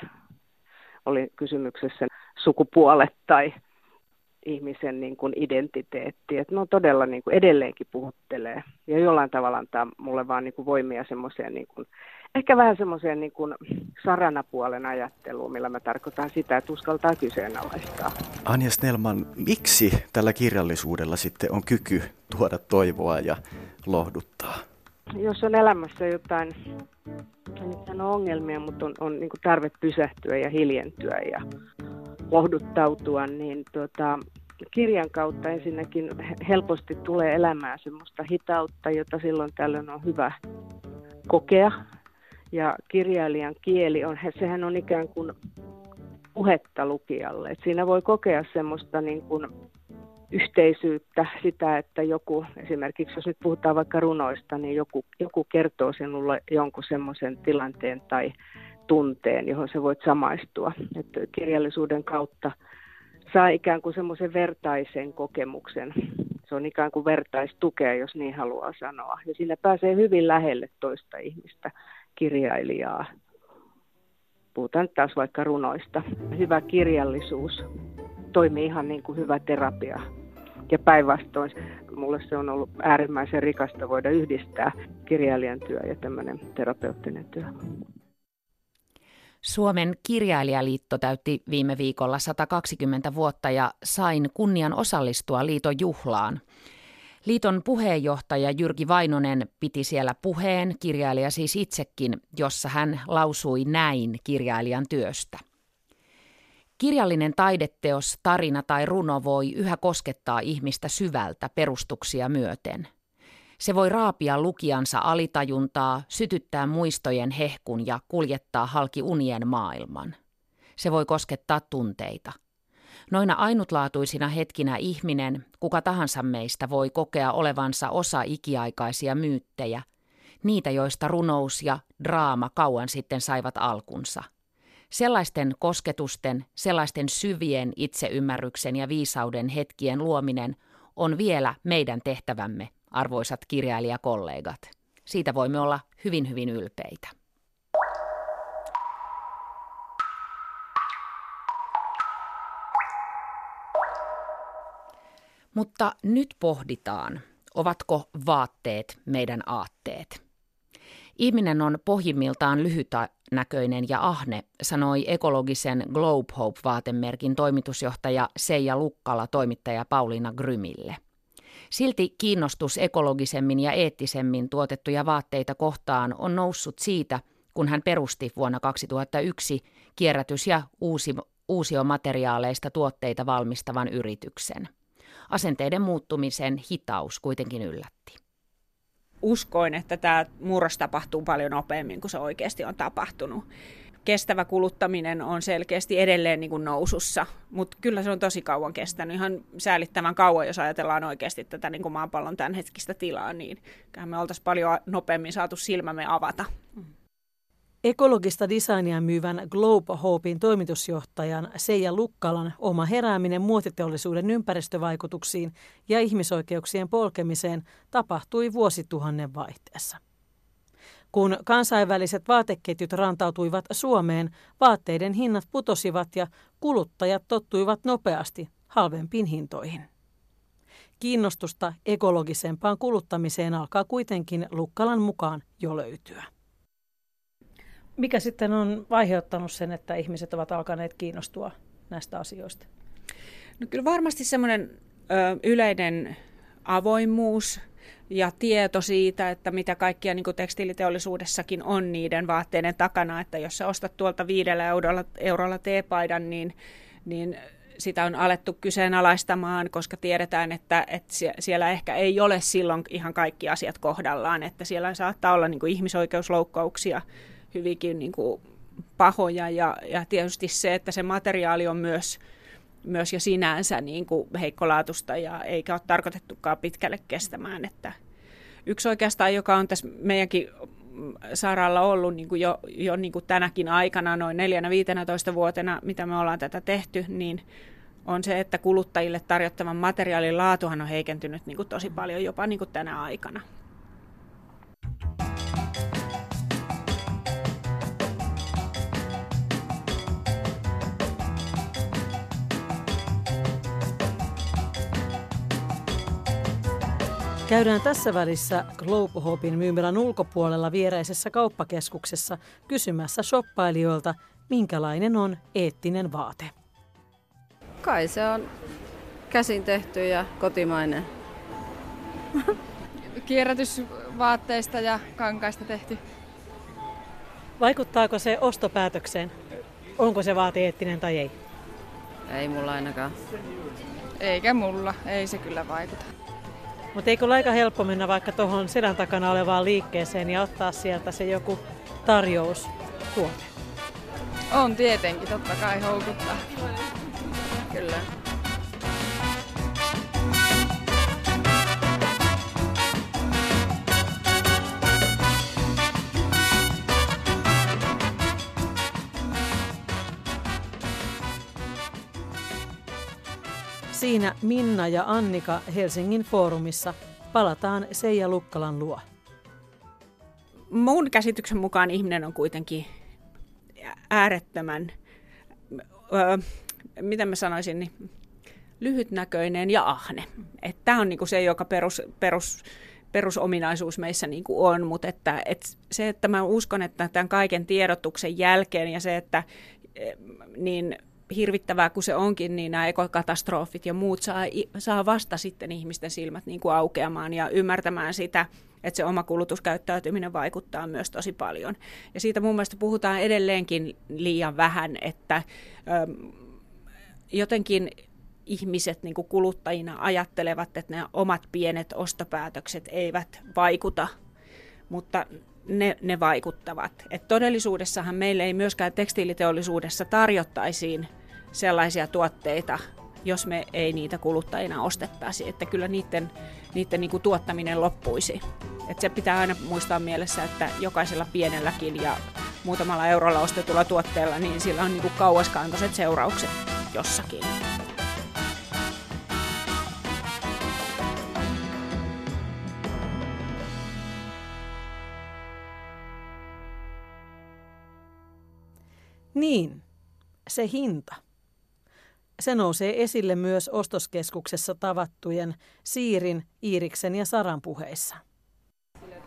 Oli kysymyksessä sukupuolet tai ihmisen niin kuin identiteetti. Että no todella niin kuin edelleenkin puhuttelee ja jollain tavalla antaa mulle vaan niin kuin voimia semmoiseen, niin kuin, ehkä vähän semmoiseen niin kuin saranapuolen ajatteluun, millä mä tarkoitan sitä, että uskaltaa kyseenalaistaa. Anja Snellman, miksi tällä kirjallisuudella sitten on kyky tuoda toivoa ja lohduttaa? Jos on elämässä jotain, en nyt sano ongelmia, mutta on, on niin kuin tarve pysähtyä ja hiljentyä ja lohduttautua, niin tuota, kirjan kautta ensinnäkin helposti tulee elämään semmoista hitautta, jota silloin tällöin on hyvä kokea. Ja kirjailijan kieli, on, sehän on ikään kuin puhetta lukijalle. Et siinä voi kokea semmoista niin kuin yhteisyyttä, sitä, että joku, esimerkiksi jos nyt puhutaan vaikka runoista, niin joku, joku kertoo sinulle jonkun semmoisen tilanteen tai tunteen, johon sä voit samaistua. Että kirjallisuuden kautta saa ikään kuin semmoisen vertaisen kokemuksen. Se on ikään kuin vertaistukea, jos niin haluaa sanoa. Ja siinä pääsee hyvin lähelle toista ihmistä, kirjailijaa. Puhutaan taas vaikka runoista. Hyvä kirjallisuus toimii ihan niin kuin hyvä terapia. Ja päinvastoin mulle se on ollut äärimmäisen rikasta voida yhdistää kirjailijan työ ja tämmöinen terapeuttinen työ. Suomen kirjailijaliitto täytti viime viikolla satakaksikymmentä vuotta ja sain kunnian osallistua liiton juhlaan. Liiton puheenjohtaja Jyrki Vainonen piti siellä puheen, kirjailija siis itsekin, jossa hän lausui näin kirjailijan työstä. Kirjallinen taideteos, tarina tai runo voi yhä koskettaa ihmistä syvältä perustuksia myöten. Se voi raapia lukijansa alitajuntaa, sytyttää muistojen hehkun ja kuljettaa halki unien maailman. Se voi koskettaa tunteita. Noina ainutlaatuisina hetkinä ihminen, kuka tahansa meistä, voi kokea olevansa osa ikiaikaisia myyttejä, niitä joista runous ja draama kauan sitten saivat alkunsa. Sellaisten kosketusten, sellaisten syvien itseymmärryksen ja viisauden hetkien luominen on vielä meidän tehtävämme, arvoisat kirjailijakollegat. Siitä voimme olla hyvin, hyvin ylpeitä. Mutta nyt pohditaan, ovatko vaatteet meidän aatteet. Ihminen on pohjimmiltaan lyhyta, lyhytnäköinen ja ahne, sanoi ekologisen Globe Hope-vaatemerkin toimitusjohtaja Seija Lukkala toimittaja Pauliina Grymille. Silti kiinnostus ekologisemmin ja eettisemmin tuotettuja vaatteita kohtaan on noussut siitä, kun hän perusti vuonna kaksituhattayksi kierrätys- ja uusi, uusiomateriaaleista tuotteita valmistavan yrityksen. Asenteiden muuttumisen hitaus kuitenkin yllätti. Uskoin, että tämä murros tapahtuu paljon nopeammin kuin se oikeasti on tapahtunut. Kestävä kuluttaminen on selkeästi edelleen niin kuin nousussa, mutta kyllä se on tosi kauan kestänyt. Ihan säälittävän kauan, jos ajatellaan oikeasti tätä niin kuin maapallon tämänhetkistä tilaa, niin kyllä me oltaisiin paljon nopeammin saatu silmämme avata. Ekologista designia myyvän Globe Hopein toimitusjohtajan Seija Lukkalan oma herääminen muotiteollisuuden ympäristövaikutuksiin ja ihmisoikeuksien polkemiseen tapahtui vuosituhannen vaihteessa. Kun kansainväliset vaateketjut rantautuivat Suomeen, vaatteiden hinnat putosivat ja kuluttajat tottuivat nopeasti halvempiin hintoihin. Kiinnostusta ekologisempaan kuluttamiseen alkaa kuitenkin Lukkalan mukaan jo löytyä. Mikä sitten on aiheuttanut sen, että ihmiset ovat alkaneet kiinnostua näistä asioista? No kyllä varmasti semmoinen ö, yleinen avoimuus ja tieto siitä, että mitä kaikkia niin kuin tekstiiliteollisuudessakin on niiden vaatteiden takana, että jos sä ostat tuolta viidellä eurolla, eurolla teepaidan, niin, niin sitä on alettu kyseenalaistamaan, koska tiedetään, että, että siellä ehkä ei ole silloin ihan kaikki asiat kohdallaan, että siellä saattaa olla niin kuin ihmisoikeusloukkauksia, hyvinkin niin kuin pahoja ja, ja tietysti se, että se materiaali on myös, myös jo sinänsä niin kuin heikkolaatusta ja eikä ole tarkoitettukaan pitkälle kestämään. Että yksi oikeastaan, joka on tässä meidänkin sairaalla ollut niin kuin jo, jo niin kuin tänäkin aikana, noin neljänä viitenätoista vuotena, mitä me ollaan tätä tehty, niin on se, että kuluttajille tarjottavan materiaalin laatuhan on heikentynyt niin kuin tosi paljon jopa niin kuin tänä aikana. Käydään tässä välissä Globe Hopein myymälän ulkopuolella viereisessä kauppakeskuksessa kysymässä shoppailijoilta, minkälainen on eettinen vaate. Kai se on käsin tehty ja kotimainen. Kierrätysvaatteista ja kankaista tehty. Vaikuttaako se ostopäätökseen? Onko se vaate eettinen tai ei? Ei mulla ainakaan. Eikä mulla, ei se kyllä vaikuta. Mutta eikö ole aika helppo mennä vaikka tuohon sedän takana olevaan liikkeeseen ja ottaa sieltä se joku tarjoustuote? On tietenkin, totta kai houkuttaa. Kyllä. Siinä Minna ja Annika Helsingin foorumissa. Palataan Seija Lukkalan luo. Mun käsityksen mukaan ihminen on kuitenkin äärettömän, öö, miten mä sanoisin, niin lyhytnäköinen ja ahne. Tämä on niinku se, joka perus, perus, perusominaisuus meissä niinku on, mutta että, et se, että mä uskon, että tämän kaiken tiedotuksen jälkeen ja se, että niin hirvittävää kuin se onkin, niin nämä ekokatastrofit ja muut saa, saa vasta sitten ihmisten silmät niin kuin aukeamaan ja ymmärtämään sitä, että se oma kulutuskäyttäytyminen vaikuttaa myös tosi paljon. Ja siitä mun mielestä puhutaan edelleenkin liian vähän, että ö, jotenkin ihmiset niin kuin kuluttajina ajattelevat, että ne omat pienet ostopäätökset eivät vaikuta, mutta ne, ne vaikuttavat. Et todellisuudessahan meille ei myöskään tekstiiliteollisuudessa tarjottaisiin sellaisia tuotteita, jos me ei niitä kuluttajina ostettaisi, että kyllä niiden, niiden niin kuin tuottaminen loppuisi. Et se pitää aina muistaa mielessä, että jokaisella pienelläkin ja muutamalla eurolla ostetulla tuotteella, niin sillä on niin kuin kauaskantoiset seuraukset jossakin. Niin, se hinta. Se nousee esille myös ostoskeskuksessa tavattujen Siirin, Iiriksen ja Saran puheissa.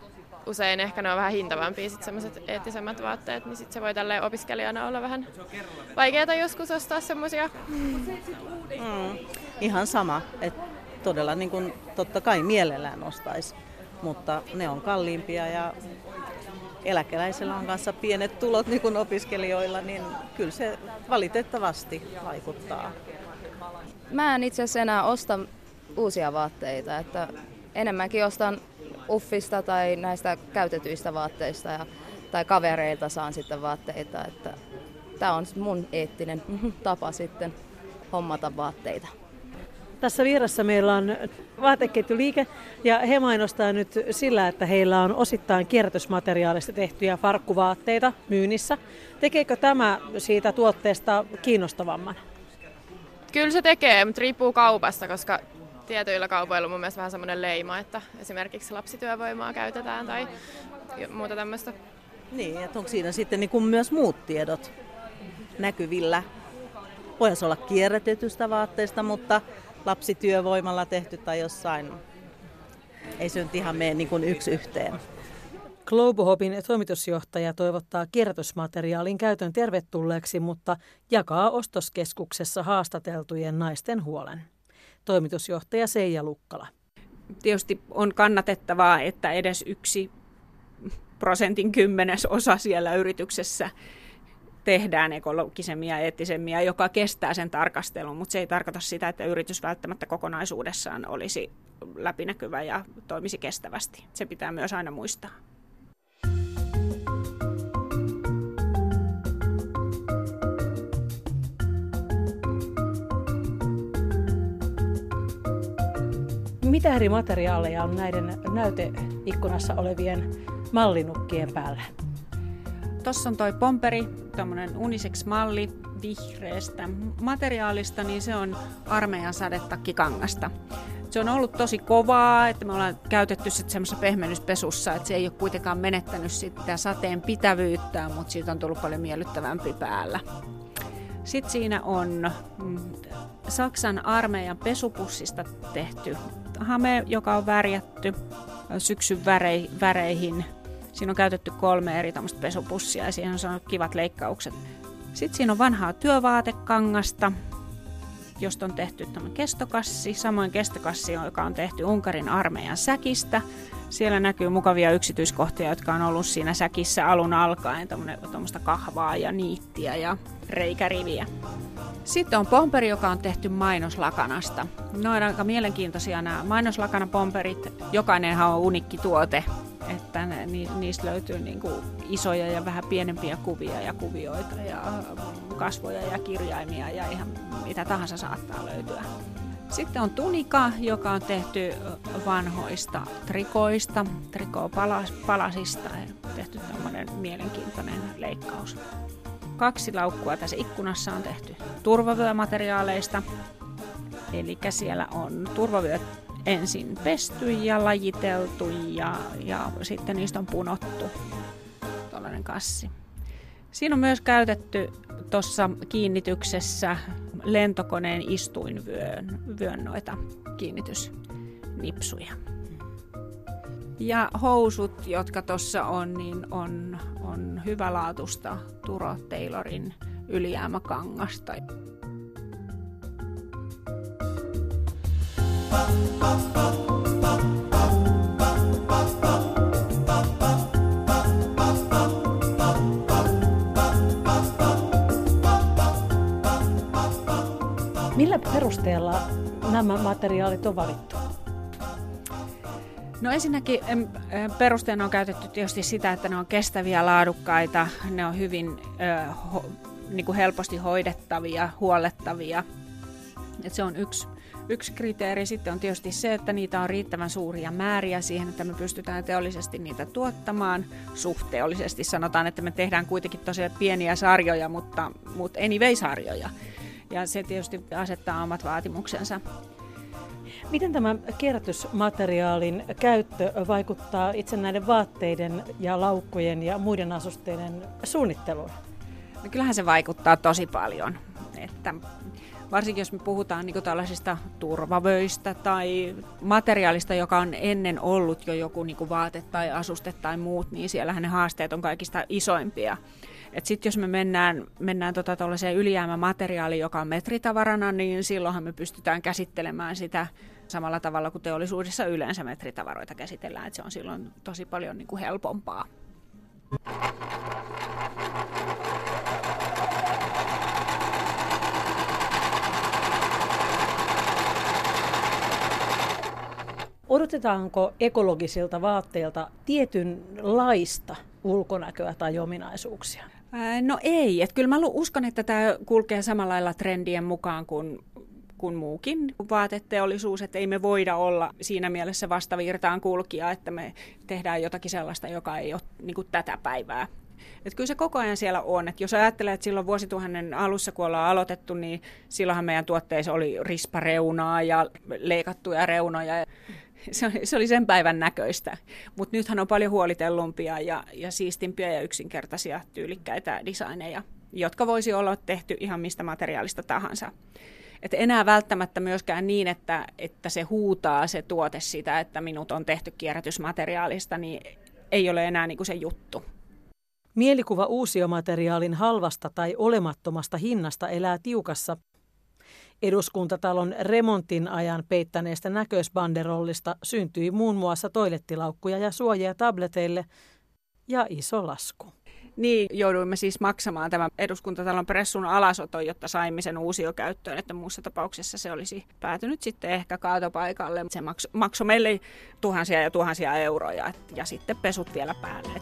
usein ehkä ne on vähän hintavampia sit semmoiset eettisemmät vaatteet, niin sit se voi tälleen opiskelijana olla vähän vaikeaa joskus ostaa semmoisia. Mm, ihan sama, että todella niin kun, totta kai mielellään ostaisi, mutta ne on kalliimpia ja eläkeläisellä on kanssa pienet tulot niin kuin opiskelijoilla, niin kyllä se valitettavasti vaikuttaa. Mä en itse asiassa enää osta uusia vaatteita, että enemmänkin ostan uffista tai näistä käytetyistä vaatteista ja, tai kavereilta saan sitten vaatteita, että tämä on mun eettinen tapa sitten hommata vaatteita. Tässä vieressä meillä on vaateketjuliike ja he mainostaa nyt sillä, että heillä on osittain kierrätysmateriaalista tehtyjä farkkuvaatteita myynnissä. Tekeekö tämä siitä tuotteesta kiinnostavamman? Kyllä se tekee, mutta riippuu kaupasta, koska tietyillä kaupoilla on mun mielestä vähän semmoinen leima, että esimerkiksi lapsityövoimaa käytetään tai muuta tämmöistä. Niin, että onko siinä sitten niin kuin myös muut tiedot näkyvillä? Voisi olla kierrätetystä vaatteista, mutta lapsityövoimalla tehty tai jossain. Ei se nyt ihan mene niin kuin yksi yhteen. Globohopin toimitusjohtaja toivottaa kierrätysmateriaalin käytön tervetulleeksi, mutta jakaa ostoskeskuksessa haastateltujen naisten huolen. Toimitusjohtaja Seija Lukkala. Tietysti on kannatettavaa, että edes yksi prosentin kymmenesosa siellä yrityksessä tehdään ekologisemmin ja eettisemmin, joka kestää sen tarkastelun, mutta se ei tarkoita sitä, että yritys välttämättä kokonaisuudessaan olisi läpinäkyvä ja toimisi kestävästi. Se pitää myös aina muistaa. Mitä eri materiaaleja on näiden näyteikkunassa olevien mallinukkien päällä? Tuossa on toi pomperi, tämmöinen unisex-malli vihreästä materiaalista, niin se on armeijan sadetakkikangasta. Se on ollut tosi kovaa, että me ollaan käytetty sitten semmoisessa pehmennyspesussa, että se ei ole kuitenkaan menettänyt sitä sateen pitävyyttä, mutta siitä on tullut paljon miellyttävämpi päällä. Sitten siinä on Saksan armeijan pesupussista tehty hame, joka on värjätty syksyn väreihin. Siinä on käytetty kolme eri tämmöistä pesupussia ja siihen on saanut kivat leikkaukset. Sitten siinä on vanhaa työvaatekangasta, josta on tehty tämmöinen kestokassi. Samoin kestokassi, joka on tehty Unkarin armeijan säkistä. Siellä näkyy mukavia yksityiskohtia, jotka on ollut siinä säkissä alun alkaen. Tämmöistä kahvaa ja niittiä ja reikäriviä. Sitten on pomperi, joka on tehty mainoslakanasta. Ne on aika mielenkiintoisia nämä mainoslakanapomperit. Jokainenhan on unikki tuote, että ne, niistä löytyy niin kuin isoja ja vähän pienempiä kuvia ja kuvioita ja kasvoja ja kirjaimia ja ihan mitä tahansa saattaa löytyä. Sitten on tunika, joka on tehty vanhoista trikoista, trikoopalasista ja tehty tämmöinen mielenkiintoinen leikkaus. Kaksi laukkua tässä ikkunassa on tehty turvavyömateriaaleista, eli siellä on turvavyöt ensin pesty ja lajiteltu ja, ja sitten niistä on punottu tuollainen kassi. Siinä on myös käytetty tuossa kiinnityksessä lentokoneen istuinvyön vyön noita kiinnitysnipsuja. Ja housut, jotka tuossa on, niin on, on hyvälaatuista Turo Taylorin ylijäämäkangasta. Millä perusteella nämä materiaalit on valittu? No ensinnäkin perusteena on käytetty tietysti sitä, että ne on kestäviä, laadukkaita, ne on hyvin ö, ho, niin kuin helposti hoidettavia, huollettavia. Et se on yksi, yksi kriteeri. Sitten on tietysti se, että niitä on riittävän suuria määriä siihen, että me pystytään teollisesti niitä tuottamaan. Suhteellisesti sanotaan, että me tehdään kuitenkin tosiaan pieniä sarjoja, mutta, mutta anyway-sarjoja. Ja se tietysti asettaa omat vaatimuksensa. Miten tämä kierrätysmateriaalin käyttö vaikuttaa itse näiden vaatteiden ja laukkujen ja muiden asusteiden suunnitteluun? No kyllähän se vaikuttaa tosi paljon. Että varsinkin jos me puhutaan niin kuin tällaisista turvavöistä tai materiaalista, joka on ennen ollut jo joku niin kuin vaate tai asuste tai muut, niin siellähän ne haasteet on kaikista isoimpia. Sitten jos me mennään, mennään tota ylijäämämateriaaliin, joka on metritavarana, niin silloinhan me pystytään käsittelemään sitä samalla tavalla kuin teollisuudessa yleensä metritavaroita käsitellään. Et se on silloin tosi paljon niin kuin helpompaa. Odotetaanko ekologisilta vaatteilta tietynlaista ulkonäköä tai ominaisuuksia? Ää, no ei. Et kyllä mä uskon, että tämä kulkee samalla lailla trendien mukaan kuin, kuin muukin vaateteollisuus. Että ei me voida olla siinä mielessä vastavirtaan kulkija, että me tehdään jotakin sellaista, joka ei ole niin kuin tätä päivää. Et kyllä se koko ajan siellä on. Et jos ajattelee, että silloin vuosituhannen alussa, kun ollaan aloitettu, niin silloinhan meidän tuotteissa oli rispareunaa ja leikattuja reunoja. Se oli, se oli sen päivän näköistä, mutta nythän on paljon huolitellumpia ja, ja siistimpiä ja yksinkertaisia tyylikkäitä designeja, jotka voisi olla tehty ihan mistä materiaalista tahansa. Et enää välttämättä myöskään niin, että, että se huutaa se tuote sitä, että minut on tehty kierrätysmateriaalista, niin ei ole enää niin kuin se juttu. Mielikuva uusiomateriaalin halvasta tai olemattomasta hinnasta elää tiukassa. Eduskuntatalon remontin ajan peittäneestä näköisbanderollista syntyi muun muassa toilettilaukkuja ja suojia tableteille ja iso lasku. Niin, jouduimme siis maksamaan tämän Eduskuntatalon pressun alasoton, jotta saimme sen uusiokäyttöön, että muussa tapauksessa se olisi päätynyt sitten ehkä kaatopaikalle. Se maksoi makso meille tuhansia ja tuhansia euroja ja sitten pesut vielä päälle.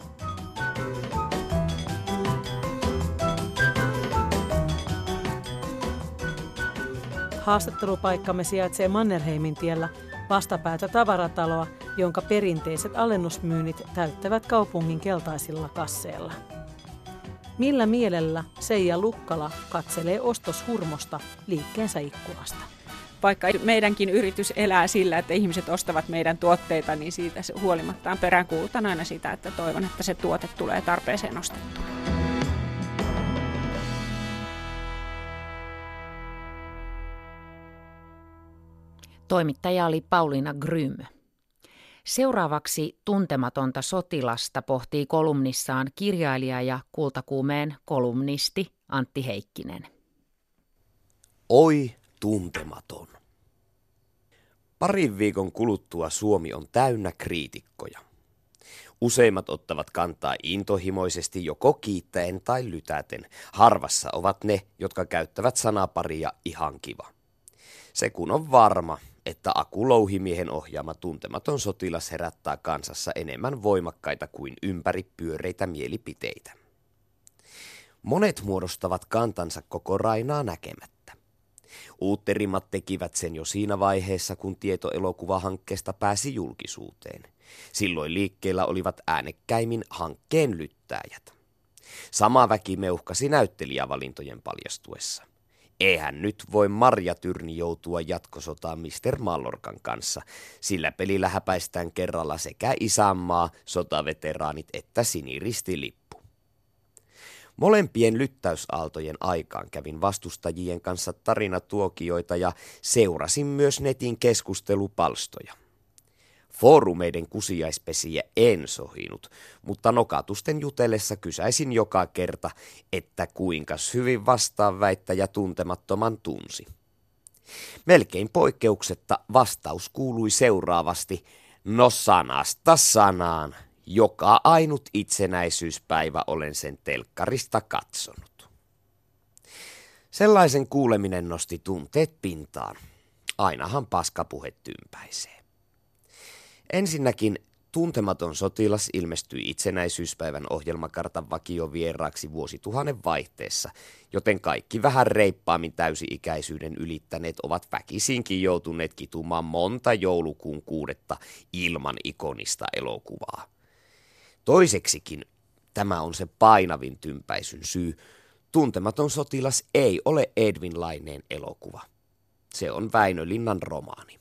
Haastattelupaikkamme sijaitsee Mannerheimin tiellä vastapäätä tavarataloa, jonka perinteiset alennusmyynnit täyttävät kaupungin keltaisilla kasseilla. Millä mielellä Seija Lukkala katselee ostoshurmosta liikkeensä ikkunasta? Vaikka meidänkin yritys elää sillä, että ihmiset ostavat meidän tuotteita, niin siitä huolimattaan peräänkuulutan aina sitä, että toivon, että se tuote tulee tarpeeseen ostettua. Toimittaja oli Pauliina Grym. Seuraavaksi Tuntematonta sotilasta pohtii kolumnissaan kirjailija ja Kultakuumeen kolumnisti Antti Heikkinen. Oi tuntematon. Parin viikon kuluttua Suomi on täynnä kriitikkoja. Useimmat ottavat kantaa intohimoisesti joko kiittäen tai lytäten. Harvassa ovat ne, jotka käyttävät sanaparia ihan kiva. Se kun on varma, että Aku Louhimiehen ohjaama Tuntematon sotilas herättää kansassa enemmän voimakkaita kuin ympäripyöreitä mielipiteitä. Monet muodostavat kantansa koko Rainaa näkemättä. Uutterimmat tekivät sen jo siinä vaiheessa, kun tieto elokuvahankkeesta pääsi julkisuuteen. Silloin liikkeellä olivat äänekkäimmin hankkeen lyttäjät. Sama väki meuhkasi näyttelijävalintojen paljastuessa. Eihän nyt voi Marja Tyrni joutua jatkosotaan mister Mallorcan kanssa, sillä pelillä häpäistään kerralla sekä isänmaa, sotaveteraanit että siniristilippu. Molempien lyttäysaaltojen aikaan kävin vastustajien kanssa tarinatuokioita ja seurasin myös netin keskustelupalstoja. Foorumeiden kusiaispesiä en sohinut, mutta nokatusten jutellessa kysäisin joka kerta, että kuinkas hyvin vastaan väittäjä tuntemattoman tunsi. Melkein poikkeuksetta vastaus kuului seuraavasti, no sanasta sanaan, joka ainut itsenäisyyspäivä olen sen telkkarista katsonut. Sellaisen kuuleminen nosti tunteet pintaan. Ainahan paskapuhe tympäisee. Ensinnäkin Tuntematon sotilas ilmestyi itsenäisyyspäivän ohjelmakartan vakiovieraaksi vuosituhannen vaihteessa, joten kaikki vähän reippaammin täysi-ikäisyyden ylittäneet ovat väkisinkin joutuneet kitumaan monta joulukuun kuudetta ilman ikonista elokuvaa. Toiseksikin tämä on se painavin tympäisyn syy. Tuntematon sotilas ei ole Edwin Laineen elokuva. Se on Väinö Linnan romaani.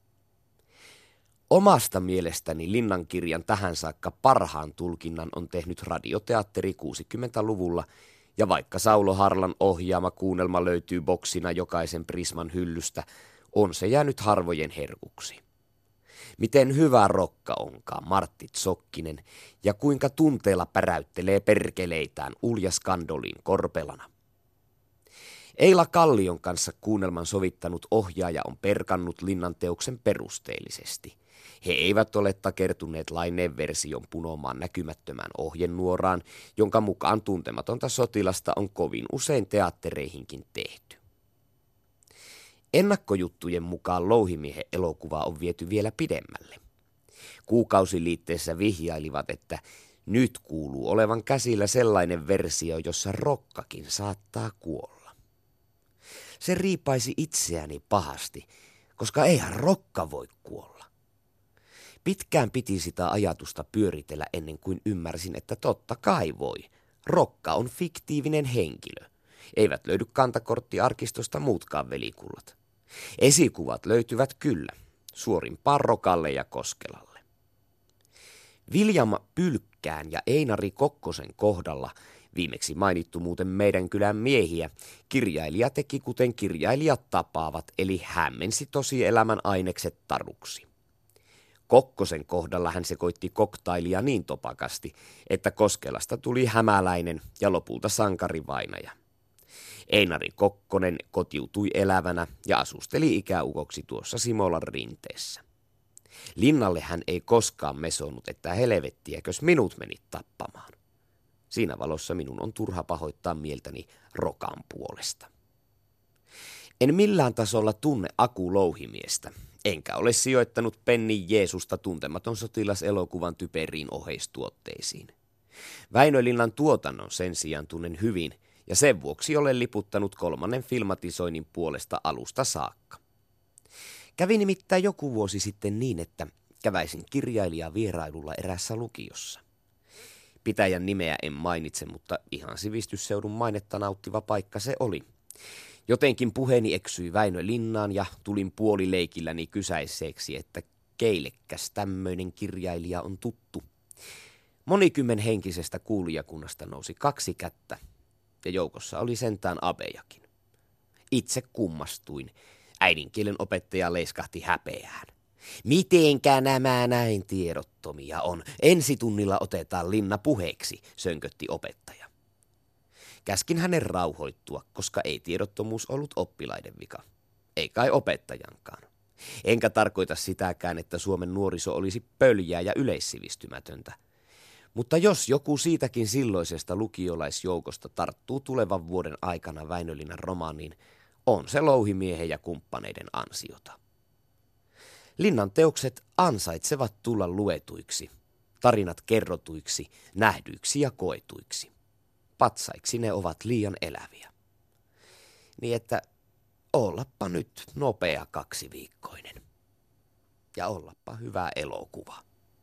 Omasta mielestäni Linnan kirjan tähän saakka parhaan tulkinnan on tehnyt radioteatteri kuusikymmentäluvulla, Ja vaikka Saulo Harlan ohjaama kuunnelma löytyy boksina jokaisen Prisman hyllystä, on se jäänyt harvojen herkuksi. Miten hyvä rokka onkaan Martti Zokkinen ja kuinka tunteella päräyttelee perkeleitään Ulja Skandolin korpelana. Eila Kallion kanssa kuunnelman sovittanut ohjaaja on perkannut Linnan teoksen perusteellisesti. He eivät ole takertuneet Laineen version punomaan näkymättömään ohjenuoraan, jonka mukaan tuntematonta sotilasta on kovin usein teattereihinkin tehty. Ennakkojuttujen mukaan Louhimiehen elokuva on viety vielä pidemmälle. Kuukausiliitteessä vihjailivat, että nyt kuuluu olevan käsillä sellainen versio, jossa rokkakin saattaa kuolla. Se riipaisi itseäni pahasti, koska eihän rokka voi kuolla. Pitkään piti sitä ajatusta pyöritellä ennen kuin ymmärsin, että totta kai voi. Rokka on fiktiivinen henkilö. Eivät löydy kantakorttiarkistosta muutkaan velikullat. Esikuvat löytyvät kyllä, suorimpaan Rokalle ja Koskelalle. Viljam Pylkkään ja Einari Kokkosen kohdalla, viimeksi mainittu muuten meidän kylän miehiä, kirjailija teki kuten kirjailijat tapaavat, eli hämmensi tosielämän ainekset taruksi. Kokkosen kohdalla hän sekoitti koktailia niin topakasti, että Koskelasta tuli hämäläinen ja lopulta sankarivainaja. Einari Kokkonen kotiutui elävänä ja asusteli ikäukoksi tuossa Simolan rinteessä. Linnalle hän ei koskaan mesonut, että helvettiäkös minut menit tappamaan. Siinä valossa minun on turha pahoittaa mieltäni Rokan puolesta. En millään tasolla tunne Aku Louhimiestä, enkä ole sijoittanut Pennin Jeesusta Tuntematon sotilaselokuvan typeriin oheistuotteisiin. Väinö Linnan tuotannon sen sijaan tunnen hyvin, ja sen vuoksi olen liputtanut kolmannen filmatisoinnin puolesta alusta saakka. Kävi nimittäin joku vuosi sitten niin, että käväisin kirjailijaa vierailulla erässä lukiossa. Pitäjän nimeä en mainitse, mutta ihan sivistysseudun mainetta nauttiva paikka se oli. Jotenkin puheeni eksyi Väinö Linnaan ja tulin puolileikilläni kysäiseeksi, että keillekäs tämmöinen kirjailija on tuttu. Monikymmen henkisestä kuulijakunnasta nousi kaksi kättä ja joukossa oli sentään abejakin. Itse kummastuin. Äidinkielen opettaja leiskahti häpeään. Mitenkä nämä näin tiedottomia on? Ensitunnilla otetaan Linna puheeksi, sönkötti opettaja. Käskin hänen rauhoittua, koska ei tiedottomuus ollut oppilaiden vika. Ei kai opettajankaan. Enkä tarkoita sitäkään, että Suomen nuoriso olisi pöljää ja yleissivistymätöntä. Mutta jos joku siitäkin silloisesta lukiolaisjoukosta tarttuu tulevan vuoden aikana Väinö Linnan romaaniin, on se Louhimiehen ja kumppaneiden ansiota. Linnan teokset ansaitsevat tulla luetuiksi, tarinat kerrotuiksi, nähdyiksi ja koetuiksi. Patsaiksi ne ovat liian eläviä. Niin että ollappa nyt nopea kaksiviikkoinen. Ja ollappa hyvä elokuva.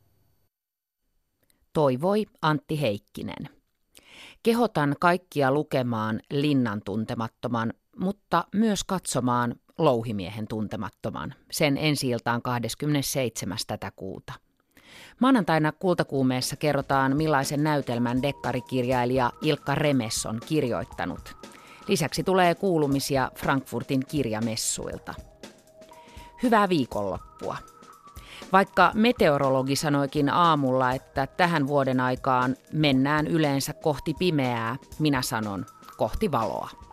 Toivoi Antti Heikkinen. Kehotan kaikkia lukemaan Linnan Tuntemattoman, mutta myös katsomaan Louhimiehen Tuntemattoman, sen ensi-iltaan kahdeskymmenesseitsemäs tätä kuuta. Maanantaina Kultakuumeessa kerrotaan, millaisen näytelmän dekkarikirjailija Ilkka Remes on kirjoittanut. Lisäksi tulee kuulumisia Frankfurtin kirjamessuilta. Hyvää viikonloppua. Vaikka meteorologi sanoikin aamulla, että tähän vuoden aikaan mennään yleensä kohti pimeää, minä sanon kohti valoa.